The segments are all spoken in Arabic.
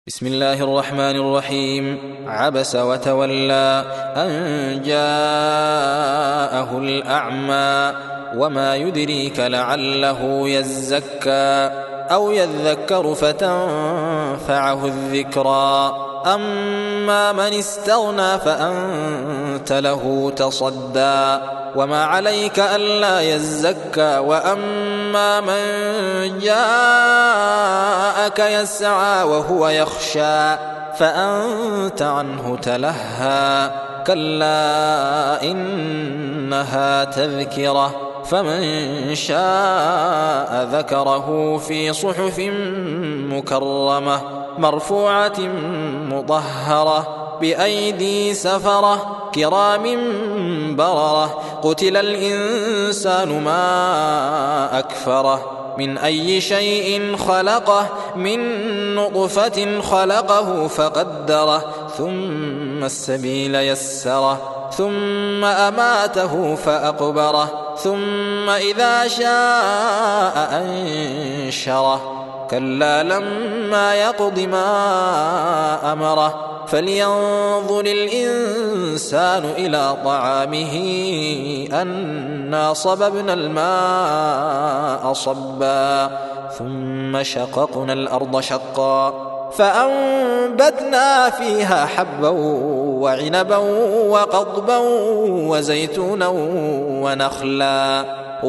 بسم الله الرحمن الرحيم. عبس وتولى أن جاءه الأعمى وما يدريك لعله يزكى أو يذكر فتنفعه الذكرى أما من استغنى فأنت له تصدى وما عليك ألا يزكى وأما من جاءك يسعى وهو يخشى فأنت عنه تلهى كلا إنها تذكرة فمن شاء ذكره في صحف مكرمة مرفوعة مطهرة بأيدي سفرة كرام بررة قتل الإنسان ما أكفره من أي شيء خلقه من نطفة خلقه فقدره ثم السبيل يسره ثم أماته فأقبره ثم إذا شاء أنشره كلا لما يقض ما أمره فلينظر الإنسان إلى طعامه أنا صببنا الماء صبا ثم شققنا الأرض شقا فأنبتنا فيها حبا وعنبا وقضبا وزيتونا ونخلا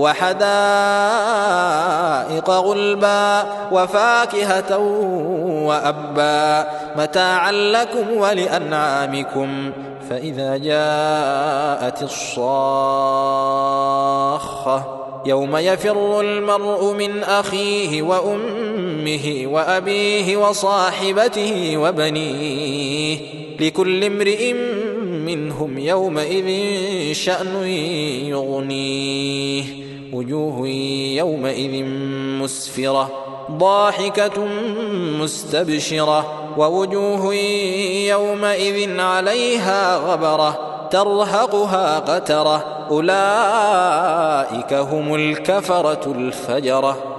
وحدائق غلبا وفاكهة وأبا متاعا لكم ولأنعامكم فإذا جاءت الصاخة يوم يفر المرء من أخيه وأمه وأبيه وصاحبته وبنيه لكل امرئ منهم يومئذ شأن يغنيه وجوه يومئذ مسفرة ضاحكة مستبشرة ووجوه يومئذ عليها غبرة ترهقها قترة أولئك هم الكفرة الفجرة.